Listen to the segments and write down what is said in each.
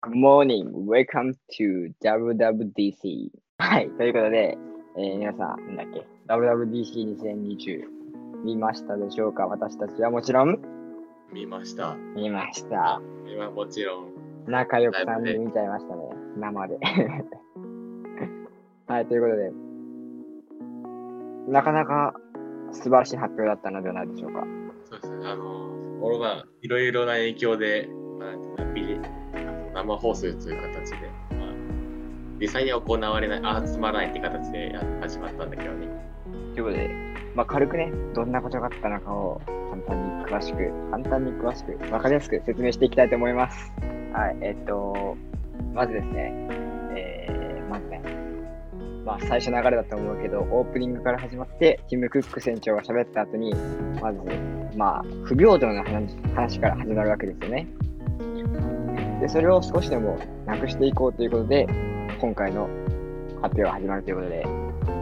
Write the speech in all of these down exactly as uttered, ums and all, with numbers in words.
Good morning. Welcome to ダブリューダブリューディーシー。はい。ということで、えー、皆さん、なんだっけ ?ダブリューダブリューディーシーにせんにじゅう 見ましたでしょうか？私たちはもちろん見ました。 見ました。 今もちろん。 仲良くさんにん見ちゃいましたね。生で。はい。ということで、なかなか素晴らしい発表だったのではないでしょうか。 そうですね。あの、俺はいろいろな影響で、まあ、ビリ生放送という形で、まあ、実際に行われない、集まらないって形で始まったんだけどね。 ということで、まあ、軽くね、どんなことがあったのかを簡単に詳しく、簡単に詳しく、わかりやすく説明していきたいと思います。はい、えっと、まずですね、えー、まずね、まあ、最初流れだと思うけど、オープニングから始まって、ティム・クック船長が喋った後に、まず、まあ、不平等な話、話から始まるわけですよね。で、それを少しでもなくしていこうということで、今回の発表が始まるということで、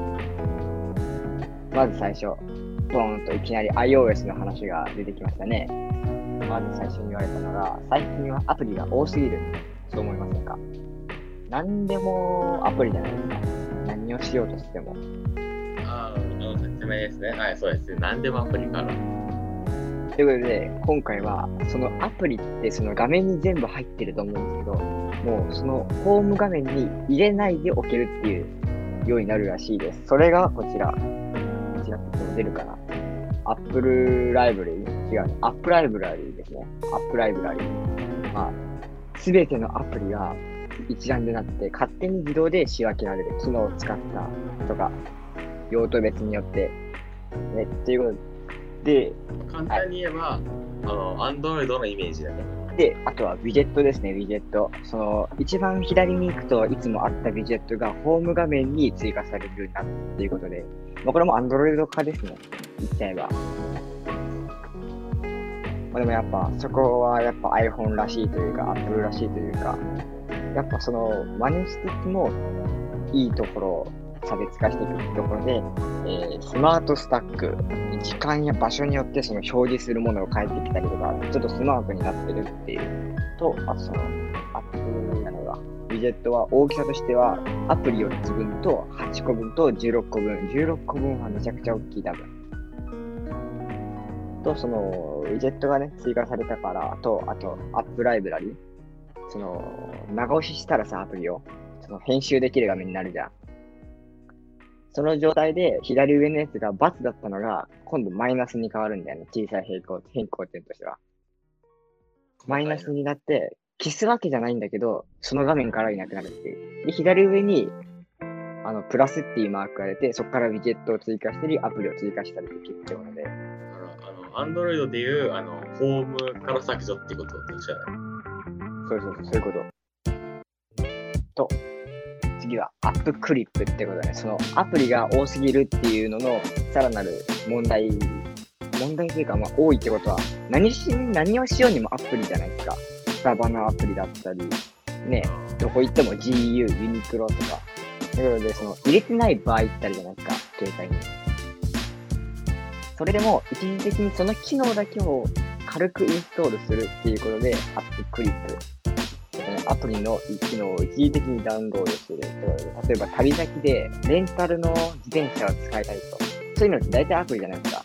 まず最初、ドーンといきなり iOS の話が出てきましたね。まず最初に言われたのが、最近はアプリが多すぎる。そう思いませんか？何でもアプリじゃないですか。何をしようとしても。 ああ、の説明ですね。はい、そうです。何でもアプリから。 ということで、今回は、そのアプリってその画面に全部入ってると思うんですけど、もうそのホーム画面に入れないで置けるっていうようになるらしいです。それがこちら。こちらって出るかな。Apple Library? 違うね。Apple Library ですね。Apple Library。まあ、すべてのアプリが一覧でなって、勝手に自動で仕分けられる。機能を使ったとか、用途別によって。ね、っていうことで、 簡単に言えば、はい、あの、Android のイメージだね。 で、あとはウィジェットですね、ウィジェット。その、一番左に行くといつもあったウィジェットがホーム画面に追加されるようになったっていうことで、まあ、これも Android 化ですね、言っちゃえば。まあ、でもやっぱ、そこはやっぱ iPhone らしいというか、Apple らしいというか、やっぱその、真似しつつもいいところを差別化していくところで、えー、スマートスタック、時間や場所によってその表示するものを変えてきたりとか、ちょっとスマートになってるっていうと、あとその、アップルなのが、ウィジェットは大きさとしては、アプリよっつぶんとはちこぶんとじゅうろっこぶん、じゅうろっこぶんはめちゃくちゃ大きい多分。と、その、ウィジェットがね、追加されたから、と、あと、アップライブラリ、その、長押ししたらさ、アプリを、その編集できる画面になるじゃん。その状態で左上のやつがバツだったのが今度マイナスに変わるんだよね。小さい変更変更点としては。マイナスになって消すわけじゃないんだけど、その画面からいなくなるっていう。で、左上にあのプラスっていうマークが出て、そこからウィジェットを追加したり、アプリを追加したりできるっていうので。 あの、Android でいうあのホームから削除っていうことと一緒だね。 そうそうそう、そういうこと。と。次はアップクリップってことで、ね、そのアプリが多すぎるっていうののさらなる問題、問題というか、まあ多いってことは、何し、何をしようにもアプリじゃないですか。スタバのアプリだったり、ね、どこ行っても ジーユー、ユニクロとか。ということで、その入れてない場合ってあるじゃないですか、携帯に。それでも一時的にその機能だけを軽くインストールするっていうことで、アップクリップ。アプリの機能を一時的にダウンロードする。例えば旅先でレンタルの自転車を使いたいと。そういうのって大体アプリじゃないですか。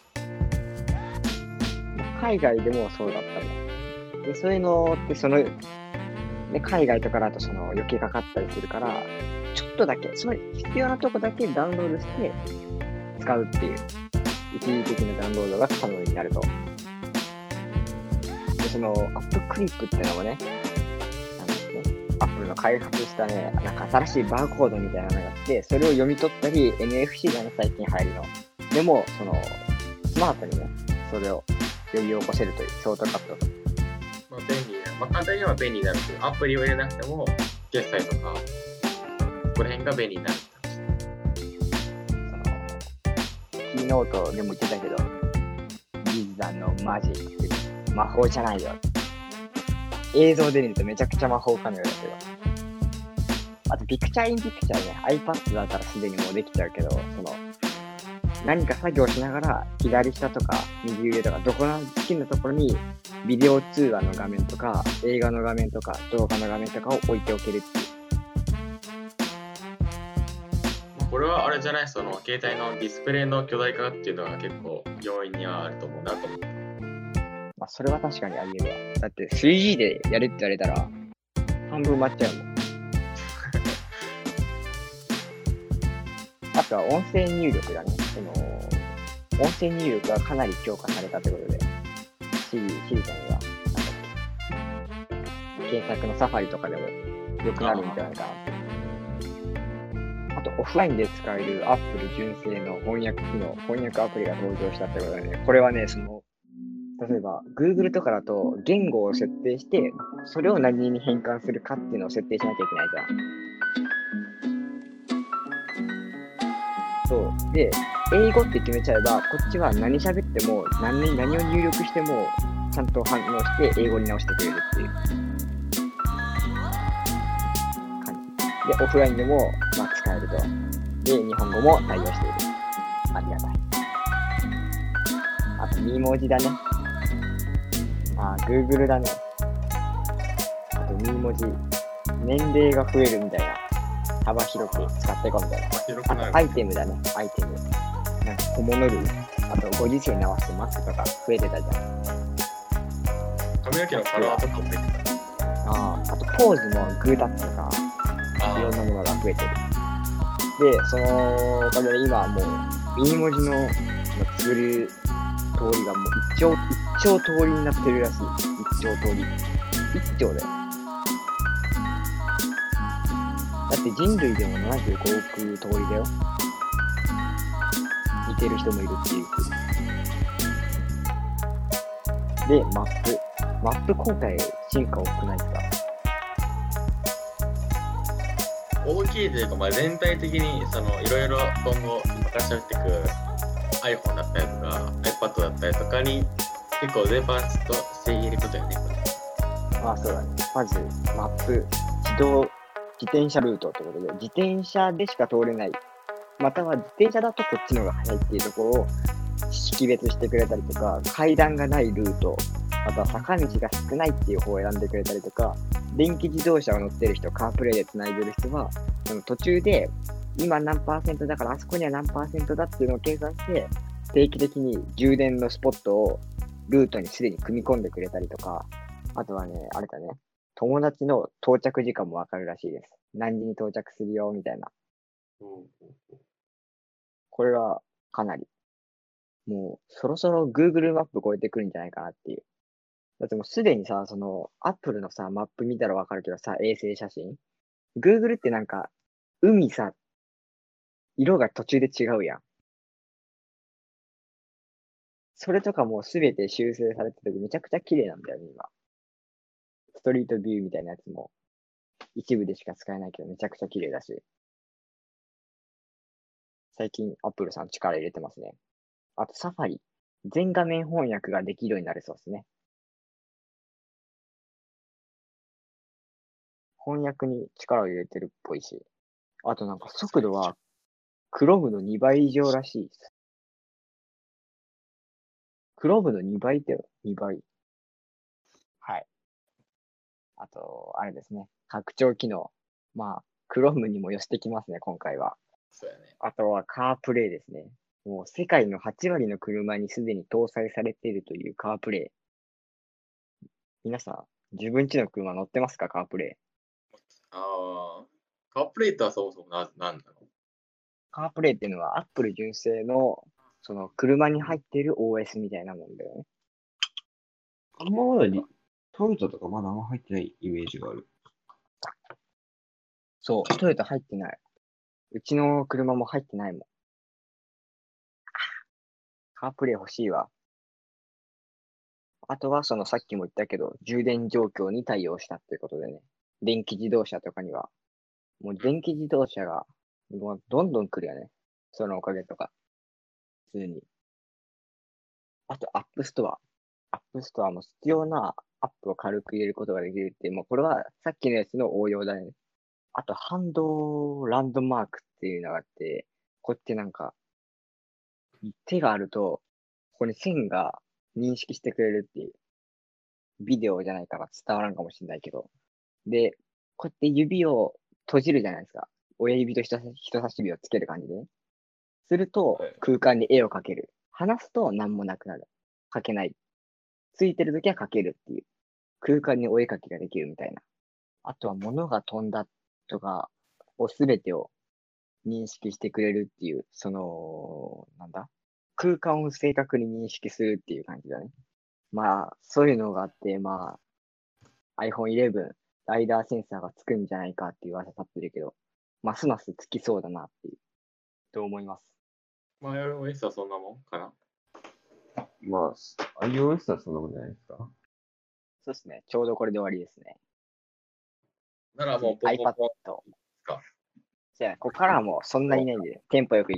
海外でもそうだったね。で、そういうのってその、ね、海外とかだとその余計かかったりするから、ちょっとだけ、その必要なとこだけダウンロードして使うっていう、一時的なダウンロードが可能になると。で、そのアップクリップってのもね、アップルの開発したね、なんか新しいバーコードみたいなのがあって、それを読み取ったり、エヌエフシー がね、最近入るの。でも、その、スマートにね、それを呼び起こせるという、ショートカットと。 まあ、便利な。まあ、簡単に言えば便利になるけど、アプリを入れなくても、決済とか、ここら辺が便利になるって話。その、キーノートでも言ってたけど、ジズさんのマジック、魔法じゃないよ。映像で見るとめちゃくちゃ魔法かのようだけど。あと、ピクチャーインピクチャーね、iPad だったらすでにもうできちゃうけど、その、 何か作業しながら、左下とか右上とか、どこの好きなところに、ビデオ通話の画面とか、映画の画面とか、動画の画面とかを置いておけるっていう。 これはあれじゃない、その携帯のディスプレイの巨大化っていうのが結構要因にはあると思うなと思って。 まあ、それは確かにあり得るわ。だって スリージー でやるって言われたら、半分埋まっちゃうもん。あとは音声入力だね。その、音声入力がかなり強化されたということで、シリ、シリちゃんが、なんだっけ、検索のサファリとかでも良くなるんじゃないかなって。あと、オフラインで使える Apple 純正の翻訳機能、翻訳アプリが登場したってことでね、これはね、その、例えば、Google とかだと言語を設定して、それを何に変換するかっていうのを設定しなきゃいけないじゃん。そう。で、英語って決めちゃえば、こっちは何喋っても、何、何を入力しても、ちゃんと反応して英語に直してくれるっていう感じ。で、オフラインでも、まあ、使えると。で、日本語も対応している。ありがたい。あと、に文字だね。あ、Google だね。あとに文字。年齢が増えるみたいな。幅広く使っていこうみたいな。あとアイテムだね、アイテム。なんか小物類。あとご時世に合わせてマスクとか増えてたじゃん。 髪の毛のカラーとかも出てた。 ああ、あとポーズもグータッチとか、いろんなものが増えてる。で、そのおかげで今はもう、ミニ文字の作る通りがもう一兆、一兆通りになってるらしい。一兆通り。一兆だよ。だって人類でもななじゅうごおく通りだよ。似てる人もいるっていう。で、マップ。マップ今回進化多くないですか？ 大きいというか、まあ、全体的にそのいろいろ今後今から喋ってく iPhone だったりとか iPad だったりとかに結構全般としていることよね。 ああ、そうだね。まず、マップ、自動、自転車ルートってことで、自転車でしか通れない。または自転車だとこっちの方が速いっていうところを識別してくれたりとか、階段がないルート、または坂道が少ないっていう方を選んでくれたりとか、電気自動車を乗ってる人、カープレイで繋いでる人は、その途中で今何パーセントだからあそこには何パーセントだっていうのを計算して、定期的に充電のスポットをルートにすでに組み込んでくれたりとか、あとはね、あれだね、友達の到着時間もわかるらしいです。何時に到着するよ、みたいな。これはかなり。もう、そろそろ Google マップ超えてくるんじゃないかなっていう。だってもうすでにさ、その、Apple のさ、マップ見たらわかるけどさ、衛星写真 ?Google ってなんか、海さ、色が途中で違うやん。それとかもうすべて修正されててめちゃくちゃ綺麗なんだよね、今。ストリートビューみたいなやつも、一部でしか使えないけどめちゃくちゃ綺麗だし。最近 Apple さん力入れてますね。あとサファリ。全画面翻訳ができるようになるそうですね。翻訳に力を入れてるっぽいし。あとなんか速度は Chrome のにばい以上らしいです。Chrome のにばいってよ、にばい。はい。あと、あれですね。拡張機能。まあ、Chrome にも寄せてきますね、今回は。 そうやね。 あとはカープレイですね。もう世界のはち割の車にすでに搭載されているというカープレイ。皆さん、自分家の車乗ってますか、カープレイ。 ああ、カープレイとはそもそもな、なんだろう。 カープレイっていうのは Apple 純正の、その車に入っている オーエス みたいなもんだよね。 あんままだにトヨタとかまだあんま入ってないイメージがある。 そう、トヨタ入ってない。うちの車も入ってないもん。カープレイ欲しいわ。あとは、そのさっきも言ったけど、充電状況に対応したっていうことでね。電気自動車とかには、もう電気自動車が、もうどんどん来るよね。そのおかげとか。普通に。あと、アップストア。アップストアも必要なアップを軽く入れることができるっていう、もうこれはさっきのやつの応用だね。あと、ハンドランドマークっていうのがあって、こっちなんか、 手があると、ここに線が認識してくれるっていう。ビデオじゃないから伝わらんかもしれないけど。で、こうやって指を閉じるじゃないですか。親指と人差人差し指をつける感じでね。するとはい、 空間に絵を描ける。離すと何もなくなる。描けない。ついてるときは描けるっていう。空間にお絵描きができるみたいな。あとは物が飛んだとかをすべてを認識してくれるっていう、その、なんだ空間を正確に認識するっていう感じだね。まあ、そういうのがあって、まあ、iPhone じゅういち、ライダーセンサーがつくんじゃないかっていう噂立ってるけど、ますますつきそうだなっていう、と思います。 まあ、iOS はそんなもんかな。 まあ、iOS はそんなもんじゃないですか。 そうですね。ちょうどこれで終わりですね。 ならもう、ポンポン iPad ポンか。 じゃあ、ここからはもうそんなにないんで、テンポよくいって、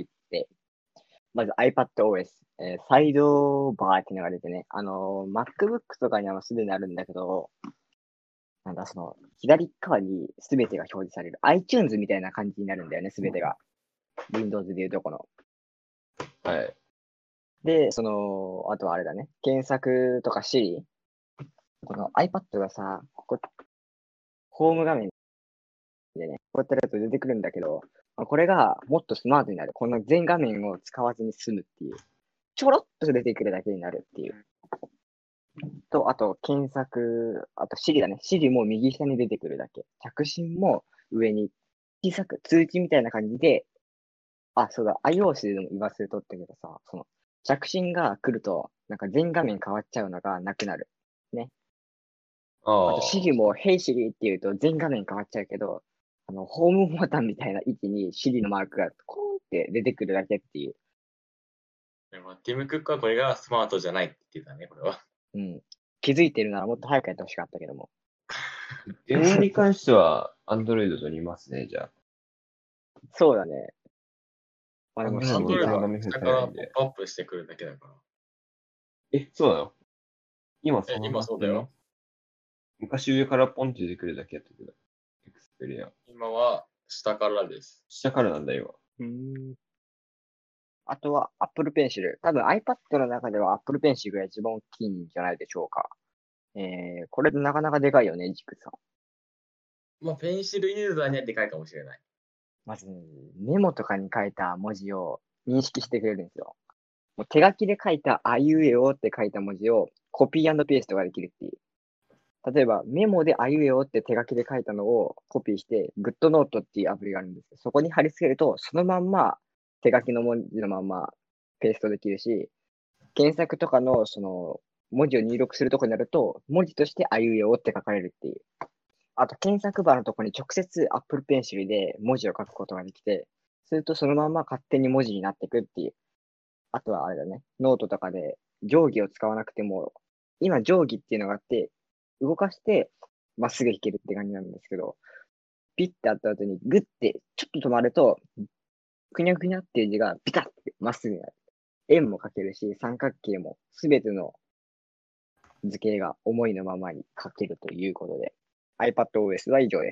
まず iPadOS、えーサイドバーっていうのが出てね、あのー MacBook とかにはもうすでにあるんだけど、なんだ、その、左側に全てが表示される。iTunes みたいな感じになるんだよね、全てが。Windows でいうとこの。 はい。 で、その、あとはあれだね、検索とか Siri、この iPad がさ、ここ、ホーム画面でね、こうやってやると出てくるんだけど、これがもっとスマートになる。この全画面を使わずに済むっていう。ちょろっと出てくるだけになるっていう。と、あと、検索、あと Siri だね。Siri も右下に出てくるだけ。着信も上に小さく通知みたいな感じで、あ、そうだ、iOS でも言わせるとったけどさ、その、着信が来ると、なんか全画面変わっちゃうのがなくなる。ね。あと、 ああ、 Siri も Hey Siri って言うと全画面変わっちゃうけど、あの、ホームボタンみたいな位置に Siri のマークがコーンって出てくるだけっていう。 でもティム・クックはこれがスマートじゃないって言ってたね、これは。 うん。気づいてるならもっと早くやってほしかったけども。 電話に関しては Android と似ますね、じゃそうだね。まあでも Android アンド Siri ロイドが、 は下からポップアップしてくるだけだから。 え、そうなの？今そえ、 うな今そうだよってんの？。昔上からポンって出てくるだけやったけど。エクスペリア。 今は下からです。 下からなんだ、今。 うーん。あとは Apple Pencil。多分 iPad の中では Apple Pencil が一番大きいんじゃないでしょうか。えー、これなかなかでかいよね、軸さん。 まあ、ペンシルユーザーにはでかいかもしれない。 まず、メモとかに書いた文字を認識してくれるんですよ。もう手書きで書いたあいうえおって書いた文字をコピーペーストができるっていう。例えば、メモであいうえおって手書きで書いたのをコピーして、GoodNote っていうアプリがあるんですけど、そこに貼り付けると、そのまんま手書きの文字のまんまペーストできるし、検索とかのその文字を入力するとこになると、文字としてあいうえおって書かれるっていう。あと、検索バーのところに直接 Apple Pencil で文字を書くことができて、するとそのまま勝手に文字になっていくっていう。あとはあれだね、ノートとかで定規を使わなくても、今定規っていうのがあって、動かしてまっすぐ引けるって感じなんですけど、ピッてあった後にグッてちょっと止まると、くにゃくにゃっていう字がピタッてまっすぐになる。円も描けるし、三角形もすべての図形が思いのままに描けるということで、iPadOS は以上です。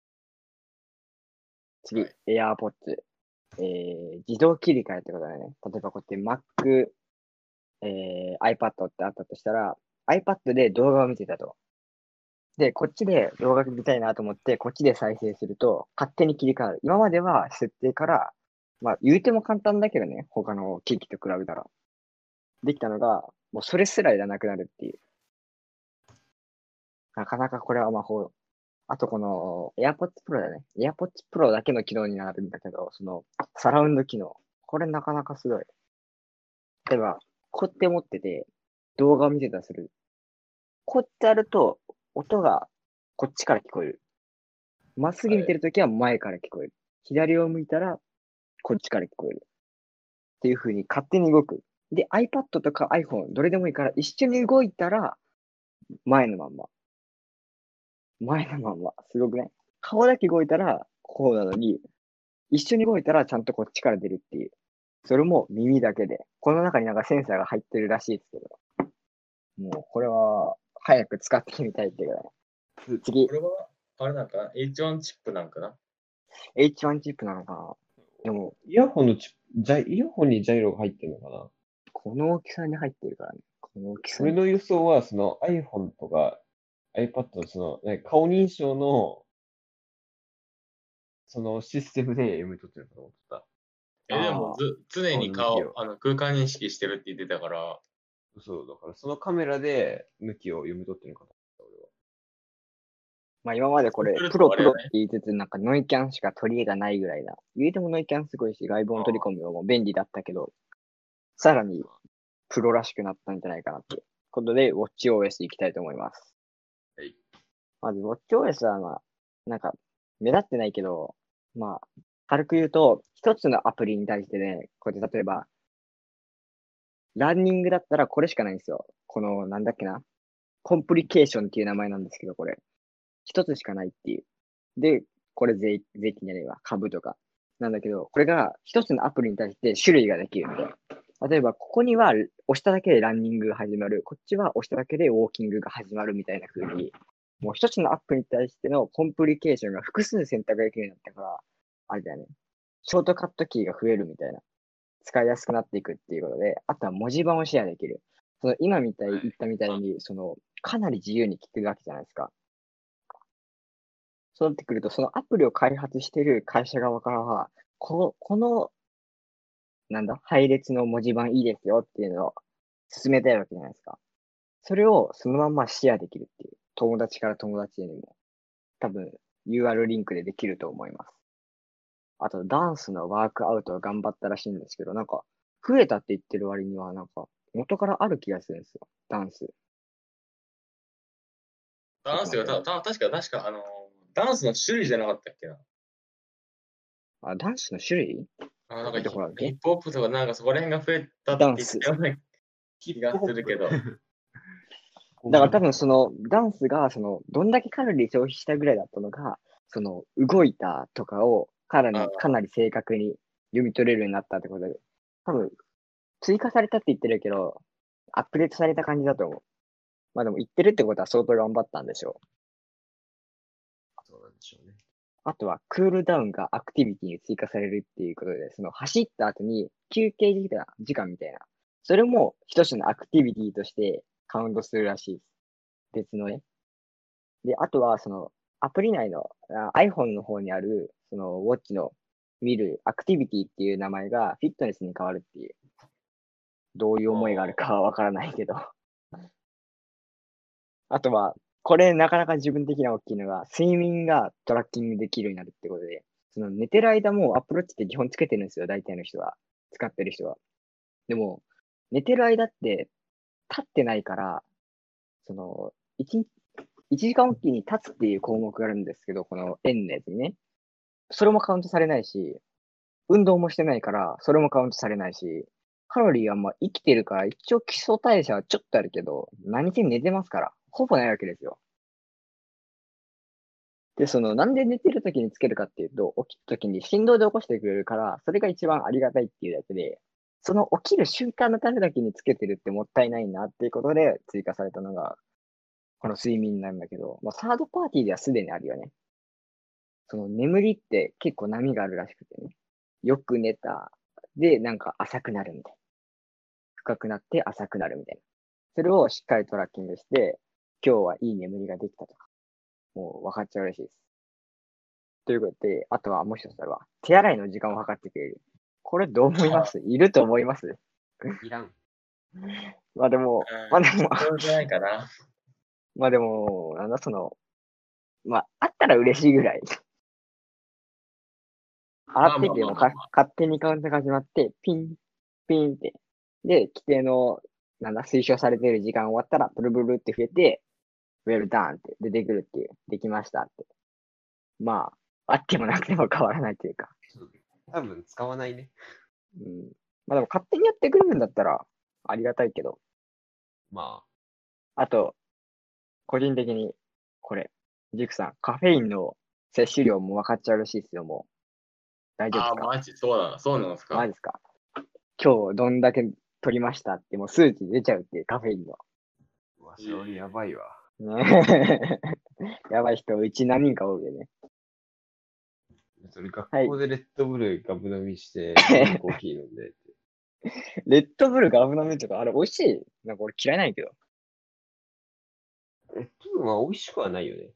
次、 はい AirPods。えー、自動切り替えってことだね。例えばこうやって Mac、えー、iPad ってあったとしたら、iPad で動画を見てたと。で、こっちで動画見たいなと思って、こっちで再生すると、勝手に切り替わる。今までは設定から、まあ言うても簡単だけどね、他の機器と比べたら。できたのが、もうそれすらいらなくなるっていう。なかなかこれは魔法。あとこの AirPods Pro だね。AirPods Pro だけの機能になるんだけど、そのサラウンド機能。これなかなかすごい。例えば、こうやって持ってて、動画を見てたりする。こうやってやると、音がこっちから聞こえる。まっすぐ見てるときは前から聞こえる。左を向いたら、こっちから聞こえる。っていう風に勝手に動く。で、iPad とか iPhone、どれでもいいから、一緒に動いたら、前のまんま。前のまんま。すごくない？顔だけ動いたら、こうなのに、一緒に動いたらちゃんとこっちから出るっていう。それも耳だけで。この中になんかセンサーが入ってるらしいですけど。もう、これは、早く使ってみたいっていうぐらい。次こ、れは、あれなんかな ?エイチワン チップなんかな。 エイチワン チップなのかな？ でも、 イヤホンのチップ、ジャイ、イヤホンにジャイロが入ってるのかな。 この大きさに入ってるからね。この大きさに。 俺の予想は、その iPhone とか iPad のその、ね、顔認証の、そのシステムで読み取ってるかと思ってた。 え、でもああ、 ず、常に顔、 顔の向きを。 あの、空間認識してるって言ってたから、 そう、だからそのカメラで向きを読み取ってるのかと思った、俺は。 まあ今までこれ、 そうするプロプロってとあれだね。 言いつつ、なんかノイキャンしか取り柄がないぐらいだ。言うてもノイキャンすごいし、外部音取り込みも便利だったけど、さらにプロらしくなったんじゃないかなってことで、WatchOS 行きたいと思います。 はい。 まず WatchOS はまあ、なんか、目立ってないけど、まあ、軽く言うと、一つのアプリに対してね、こうやって例えば、ランニングだったらこれしかないんですよ。この、なんだっけな。コンプリケーションっていう名前なんですけど、これ。一つしかないっていう。で、これ税、税金じゃねえわ。株とか。なんだけど、これが一つのアプリに対して種類ができるみたいな。例えば、ここには押しただけでランニングが始まる。こっちは押しただけでウォーキングが始まるみたいな風に、もう一つのアプリに対してのコンプリケーションが複数選択できるようになったから、あれだよね。ショートカットキーが増えるみたいな。使いやすくなっていくっていうことで、あとは文字盤をシェアできる。その今みたい、 はい言ったみたいに、その、かなり自由に聞けるわけじゃないですか。そうなってくると、そのアプリを開発している会社側からは、ここの、なんだ、配列の文字盤いいですよっていうのを進めたいわけじゃないですか。それをそのままシェアできるっていう。友達から友達にも、多分 ユーアール リンクでできると思います。あと、ダンスのワークアウトは頑張ったらしいんですけど、なんか、増えたって言ってる割には、なんか、元からある気がするんですよ。ダンス。ちょっダンスが、 と待ってね。 た、た、確か、確か、あの、ダンスの種類じゃなかったっけな。 あ、ダンスの種類あ、なんかヒ、 どこだっけヒップホップとか、なんかそこら辺が増えたって言ってダンス。 たようなヒ気がップホップ。 するけど。 だから多分その、ダンスが、その、どんだけカロリー消費したぐらいだったのが、その、動いたとかをかなあり、かなり正確に読み取れるようになったってことで、多分、追加されたって言ってるけど、アップデートされた感じだと思う。まあでも言ってるってことは相当頑張ったんでしょう。 そうなんでしょうね。 あとは、クールダウンがアクティビティに追加されるっていうことで、その走った後に休憩時間、時間みたいな。それも一つのアクティビティとしてカウントするらしいです。別のね。で、あとは、その、アプリ内のあ iPhone の方にある、その、ウォッチの見るアクティビティっていう名前がフィットネスに変わるっていう、どういう思いがあるかはわからないけど。あとは、これなかなか自分的には大きいのが、睡眠がトラッキングできるようになるってことで、その寝てる間もアップローチって基本つけてるんですよ、大体の人は。使ってる人は。でも、寝てる間って立ってないから、その、一日、一時間おきに立つっていう項目があるんですけど、この円のやつにね。それもカウントされないし、運動もしてないから、それもカウントされないし、カロリーはまあ生きてるから、一応基礎代謝はちょっとあるけど、何せ寝てますから、ほぼないわけですよ。で、その、なんで寝てる時につけるかっていうと、起きた時に振動で起こしてくれるから、それが一番ありがたいっていうやつで、その起きる瞬間のためだけにつけてるってもったいないなっていうことで追加されたのが、この睡眠なんだけど、まあ、サードパーティーではすでにあるよね。その眠りって結構波があるらしくてね。よく寝た。で、なんか浅くなるみたいな。深くなって浅くなるみたいな。それをしっかりトラッキングして、今日はいい眠りができたとか、もう分かっちゃうらしいです。ということで、あとはもう一つあるわ。手洗いの時間を測ってくれる。これどう思いますいると思いますいらん。 まあでも、まあでも、 そうじゃないかな。 まあでも、なんだその、まあ、あったら嬉しいぐらい。洗っててもか勝手にカウントが始まって、ピン、ピンって。で、規定の、なんだ、推奨されている時間終わったら、ブルブルって増えて、ウェルダンって出てくるっていう、できましたって。まあ、あってもなくても変わらないというか。 多分使わないね。 うん。まあでも勝手にやってくれるんだったら、ありがたいけど。 まあと、個人的に、これ、ジクさん、カフェインの摂取量も分かっちゃうらしいですよ、もう。大丈夫でああ、 すかマジ、そうだ、そうなんですか。 マジですか今日どんだけ取りましたって、もう数値出ちゃうっていうカフェインの。 あ、うわ、それやばいわ。 ねやばい人、うち何人かおるよね。 それ学はい校でレッドブルガブ飲みして、コーヒー飲んでって。 レッドブルが危ないとか、あれ美味しい。なんか俺嫌いないけど。 レッドブルは美味しくはないよね。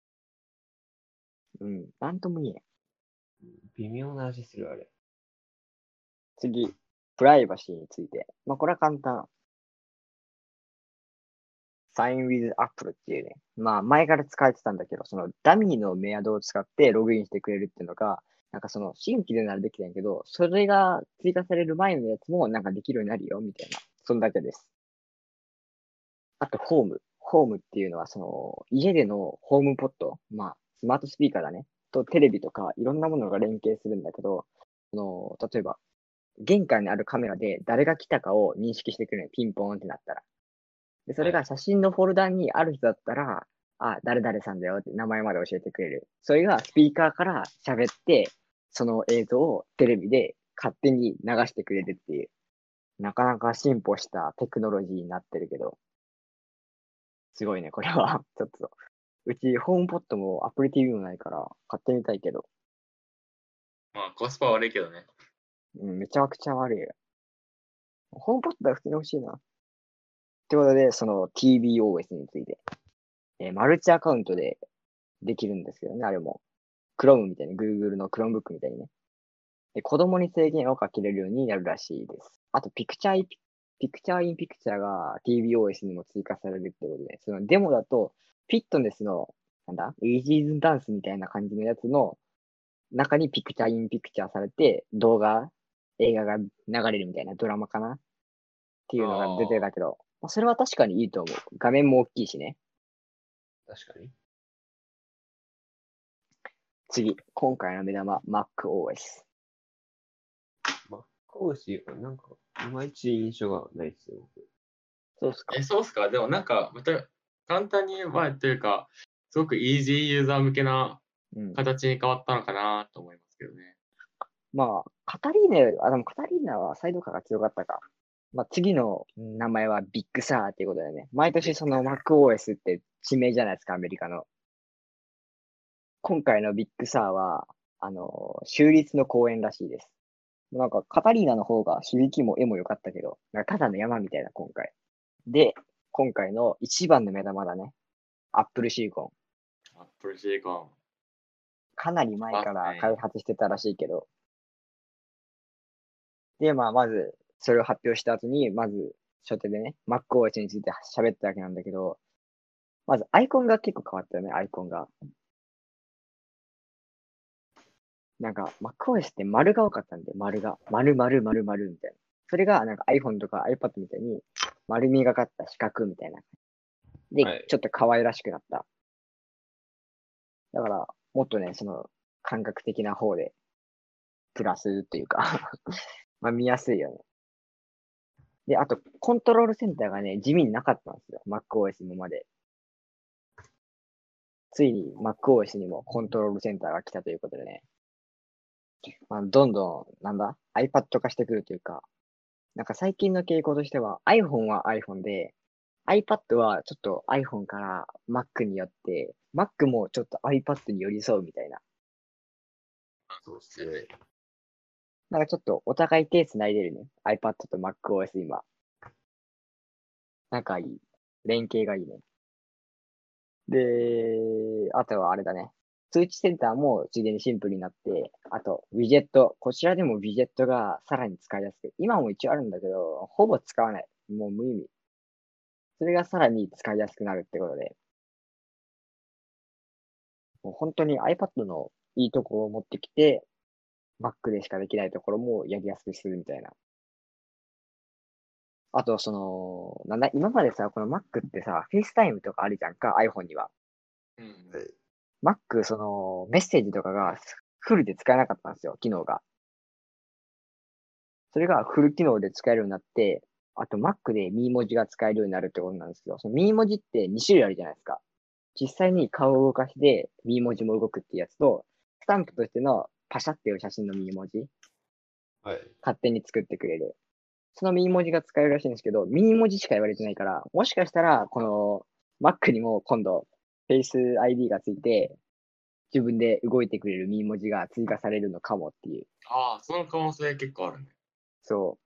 うん。なんとも言えん。 微妙な味する、あれ。 次、プライバシーについて。まあ、これは簡単。Sign with Apple っていうね。まあ、前から使えてたんだけど、そのダミーのメアドを使ってログインしてくれるっていうのが、なんかその新規でならできたんやけど、それが追加される前のやつもなんかできるようになるよ、みたいな。そんだけです。あと、ホーム。ホームっていうのは、その、家でのホームポット。まあ、スマートスピーカーだね。と、テレビとか、いろんなものが連携するんだけど、その、例えば、玄関にあるカメラで誰が来たかを認識してくれる。ピンポーンってなったら。で、それが写真のフォルダにある人だったら、あ、誰々さんだよって名前まで教えてくれる。それがスピーカーから喋って、その映像をテレビで勝手に流してくれるっていう、なかなか進歩したテクノロジーになってるけど、すごいね、これは。ちょっと、うちホームポットもアプリ ティーブイ もないから買ってみたいけど、 まあ、コスパ悪いけどね。 うん、めちゃくちゃ悪いよ。ホームポットは普通に欲しいな。ってことで、その ティービーオーエス について。えーマルチアカウントでできるんですけどね、あれも。Chrome みたいに、Google の Chromebook みたいにね。で、子供に制限をかけれるようになるらしいです。あと、ピクチャーイン、ピクチャーインピクチャーが ティービーオーエス にも追加されるってことで、そのデモだと、フィットネスの、なんだ、イージーズンダンスみたいな感じのやつの中にピクチャーインピクチャーされて、動画、映画が流れるみたいなドラマかなっていうのが出てたけど、まあ、それは確かにいいと思う。画面も大きいしね。 確かに。 次、今回の目玉、MacOS。 まあ、講師、なんか、いまいち印象がないですよ、僕。 そうっすか。 え、そうっすか。でもなんか、また、簡単に言えば、というか、すごくイージーユーザー向けなうん。 形に変わったのかなと思いますけどね。 まあ、カタリーナより、あ、でもカタリーナはサイドカーが強かったか。まあ、次の名前はビッグサーっていうことだよね。毎年その MacOS って地名じゃないですか、アメリカの。今回のビッグサーは、あの、州立の公園らしいです。なんか、カタリーナの方が響きも絵も良かったけど、なんかただの山みたいな、今回。で、今回の一番の目玉だね。アップルシリコン。 アップルシリコン。 かなり前からあね開発してたらしいけど。で、まあ、まず、それを発表した後に、まず、初手でね、MacOS について喋ったわけなんだけど、まず、アイコンが結構変わったよね、アイコンが。なんか、MacOS って丸が多かったんで、丸が。丸、丸、丸、丸みたいな。それが、なんか iPhone とか iPad みたいに、丸みがかった四角みたいな。で、 はいちょっと可愛らしくなった。だから、もっとね、その、感覚的な方で、プラスっていうかまあ見やすいよね。で、あと、コントロールセンターがね、地味になかったんですよ。MacOS 今まで。ついに MacOS にもコントロールセンターが来たということでね。まあ、どんどん、なんだ ?iPad 化してくるというか、なんか最近の傾向としては iPhone は iPhone で、iPad はちょっと iPhone から Mac によって、Mac もちょっと iPad に寄り添うみたいな。 そうですね。 なんかちょっとお互い手繋いでるね。iPad と MacOS 今。仲いい。連携がいいね。で、あとはあれだね。通知センターもついでにシンプルになって、あと、ウィジェット。こちらでもウィジェットがさらに使いやすく。今も一応あるんだけど、ほぼ使わない。もう無意味。それがさらに使いやすくなるってことで、もう本当に iPad のいいところを持ってきて、Mac でしかできないところもやりやすくするみたいな。あと、その、なんだ、今までさ、この Mac ってさ、FaceTime とかあるじゃんか、iPhone には。 うん。 Mac、その、メッセージとかがフルで使えなかったんですよ、機能が。それがフル機能で使えるようになって、あと Mac で ミー 文字が使えるようになるってことなんですけど、その ミー 文字ってに種類あるじゃないですか。実際に顔を動かして ミー 文字も動くっていうやつと、スタンプとしてのパシャっていう写真の ミー 文字、 はい。 勝手に作ってくれる。その ミー 文字が使えるらしいんですけど、ミー 文字しか言われてないから、もしかしたら、この Mac にも今度、Face アイディー がついて、 自分で動いてくれるミー文字が追加されるのかもっていう。 ああ、その可能性結構あるね。 そう。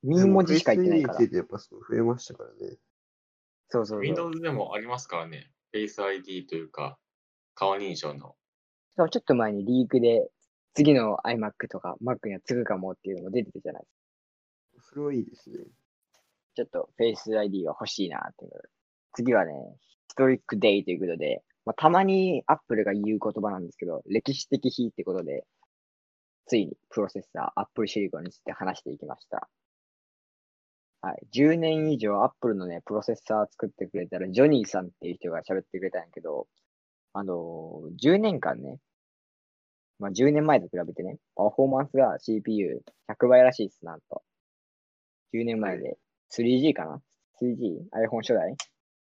ミでもー文字しか言ってない Face から。 についてやっぱそう増えましたからね。 そうそうそう。 Windows でもありますからね。Face アイディー というか、顔認証の。 しかもちょっと前にリークで、次の iMac とか Mac には次ぐかもっていうのも出てたじゃないですか。 それはいいですね。 ちょっと Face アイディー は欲しいなっていう。次はね、ヒストリックデイということで、まあ、たまに Apple が言う言葉なんですけど、歴史的日ってことで、ついにプロセッサー Apple Silicon について話していきました。はい。じゅうねん以上 Apple のね、プロセッサー作ってくれたら、ジョニーさんっていう人が喋ってくれたんやけど、あのー、じゅうねんかんね、まあじゅうねんまえと比べてね、パフォーマンスが シーピーユーひゃく 倍らしいっす、なんと。じゅうねんまえで スリージー かな スリージー? iPhone 初代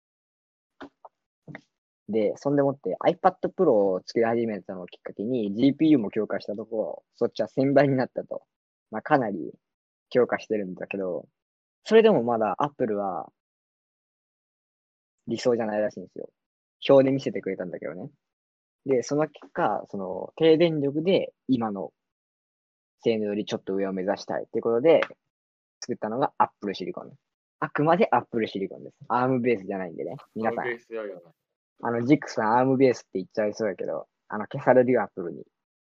で、そんでもって iPad Pro を作り始めたのをきっかけに ジーピーユー も強化したところ、そっちはせんばいになったと。まあかなり強化してるんだけど、それでもまだ Apple は理想じゃないらしいんですよ。表で見せてくれたんだけどね。で、その結果、その低電力で今の性能よりちょっと上を目指したいっていうことで作ったのが Apple Silicon。あくまで Apple Silicon です。アームベースじゃないんでね。皆さん。 ベースやるよね。 あの、ジックさんアームベースって言っちゃいそうやけど、あの、消されるよ、Apple に。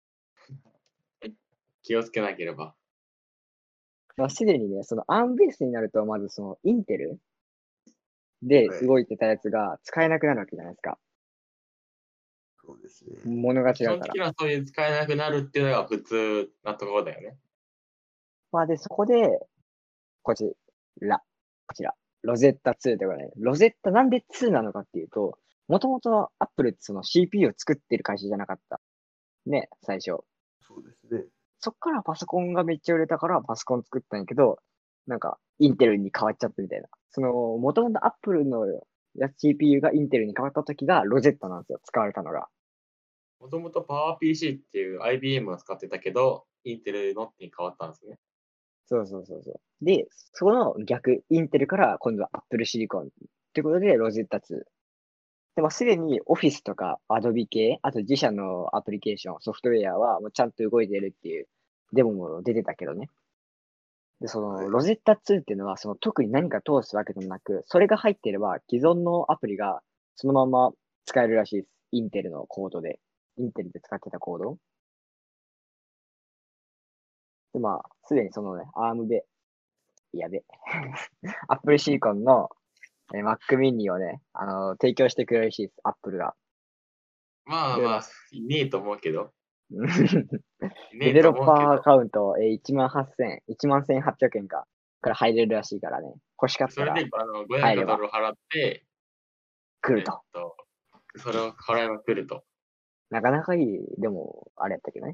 気をつけなければ。 まあ、すでにね、そのアームベースになると、まずそのインテルで動いてたやつが使えなくなるわけじゃないですか。 そうですね。 物が違基うから。 本的にはそういう使えなくなるっていうのが普通なところだよね。 まあで、そこで、こちら、こちら、ロゼッタツーってことね。ロゼッタなんでツーなのかっていうと、もともと Apple ってその シーピーユー を作ってる会社じゃなかった。ね、最初。 そうですね。 そっからパソコンがめっちゃ売れたからパソコン作ったんやけど、なんか、インテルに変わっちゃったみたいな。その、もともと Apple のや シーピーユー がインテルに変わった時がロゼッタなんですよ。使われたのが。 もともと PowerPC っていう アイビーエム を使ってたけど、インテルのに変わったんですね。 そうそうそうそう。で、その逆、インテルから今度は Apple Silicon ってことでロゼッタツー。でもすでに Office とか Adobe 系、あと自社のアプリケーション、ソフトウェアはもうちゃんと動いてるっていうデモも出てたけどね。で、その、 はいロゼッタツーっていうのは、その特に何か通すわけでもなく、それが入っていれば、既存のアプリがそのまま使えるらしいです。インテルのコードで。インテルで使ってたコード。で、まあ、すでにそのね、アームで、やべ。Apple Silicon のえー Mac mini をね、あのー提供してくれるらしいです。Apple が。で、まあ、 まあまあ、いねえと思うけど。いねデえとベロッパーア思うけど。 カウント、えー、いちまんはっせん、いちまんせんはっぴゃくえんか。から入れるらしいからね。欲しかったらそれで、あの、ごひゃく入ればドル払って、えっ来ると。 と、それを払えば来ると。 なかなかいい、でも、あれやったけどね。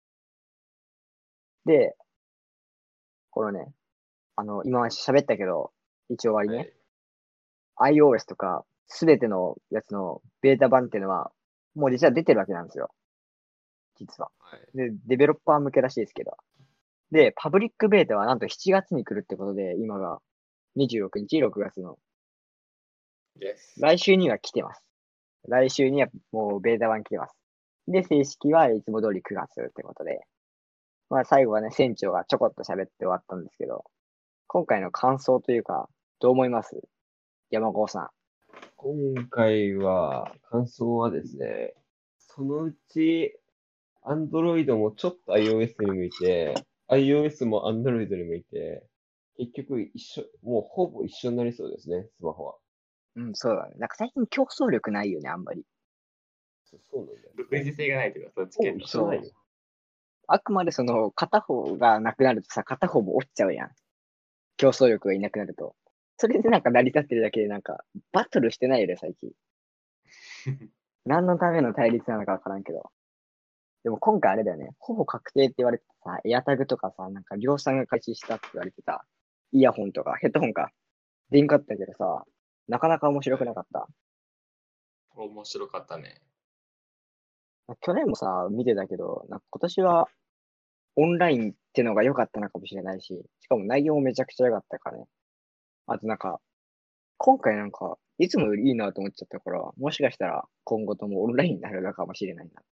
で、このね、あの、今喋ったけど、一応終わりね。iOS とか、すべてのやつのベータ版っていうのは、もう実は出てるわけなんですよ。実は。 はい。 で、デベロッパー向けらしいですけど。で、パブリックベータはなんとしちがつに来るってことで、今がにじゅうろくにち、ろくがつの。 です。 来週には来てます。来週にはもうベータ版来てます。で、正式はいつも通りくがつってことで。まあ最後はね、船長がちょこっと喋って終わったんですけど、今回の感想というか、どう思います山郷さん。 今回は、感想はですね、そのうち、Android もちょっと iOS に向いて、iOS も Android に向いて、結局一緒、もうほぼ一緒になりそうですね、スマホは。 うん、そうだね。なんか最近競争力ないよね、あんまり。 そうそうなんだよ。 独自性がないというか、そっちほぼ系と。 一緒なんよ。 あくまでその、片方がなくなるとさ、片方も折っちゃうやん。競争力がいなくなると。それでなんか成り立ってるだけでなんか、バトルしてないよね、最近。何のための対立なのかわからんけど。でも今回あれだよね。ほぼ確定って言われてたさ、エアタグとかさ、なんか量産が開始したって言われてた、イヤホンとかヘッドホンか。でんかったけどさ、なかなか面白くなかった。 面白かったね。 去年もさ、見てたけど、なんか今年はオンラインってのが良かったのかもしれないし、しかも内容もめちゃくちゃ良かったからね。あとなんか、今回なんかいつもよりいいなと思っちゃったから、もしかしたら今後ともオンラインになるのかもしれないな。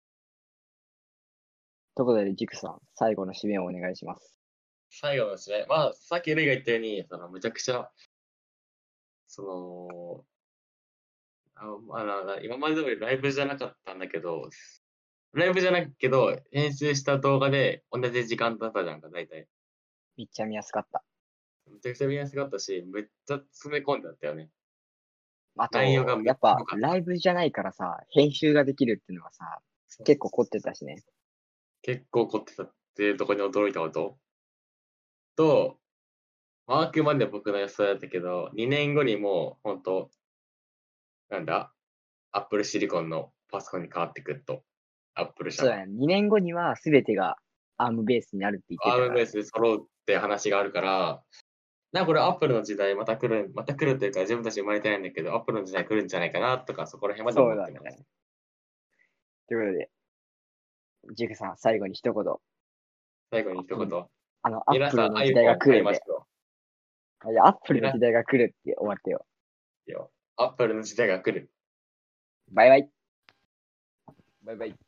ということで、ジクさん、最後の締めをお願いします。 最後の締め。まあ、さっきルイが言ったように、その、むちゃくちゃ、その、あまあ、今まで通りライブじゃなかったんだけど、ライブじゃないけど、編集した動画で同じ時間だったじゃんか、大体。 めっちゃ見やすかった。 めちゃくちゃ見やすかったし、めっちゃ詰め込んだったよね。 あと、 内容がめっちゃやっぱ良かったライブじゃないからさ、編集ができるっていうのはさ、結構凝ってたしね。 結構凝ってたっていうところに驚いたことと、まああくまで僕の予想だったけど、にねんごにもう、本当なんだ、アップルシリコンのパソコンに変わってくると、アップル社が。 そうだね。にねんごには全てがアームベースになるって言ってたから、 アームベースで揃うって話があるから、なんかこれアップルの時代また来る、また来るっていうか自分たち生まれてないんだけど、アップルの時代来るんじゃないかなとか、そこら辺までそうだ思ってます。 ね。ということで、ジクさん、最後に一言。 最後に一言。 あの、アッ皆さんプルの時代が iPhone 買い来るんで。 ましょいや、アップルの時代が来るって終わってよ。 うよ。アップルの時代が来る。 バイバイ。バイバイ。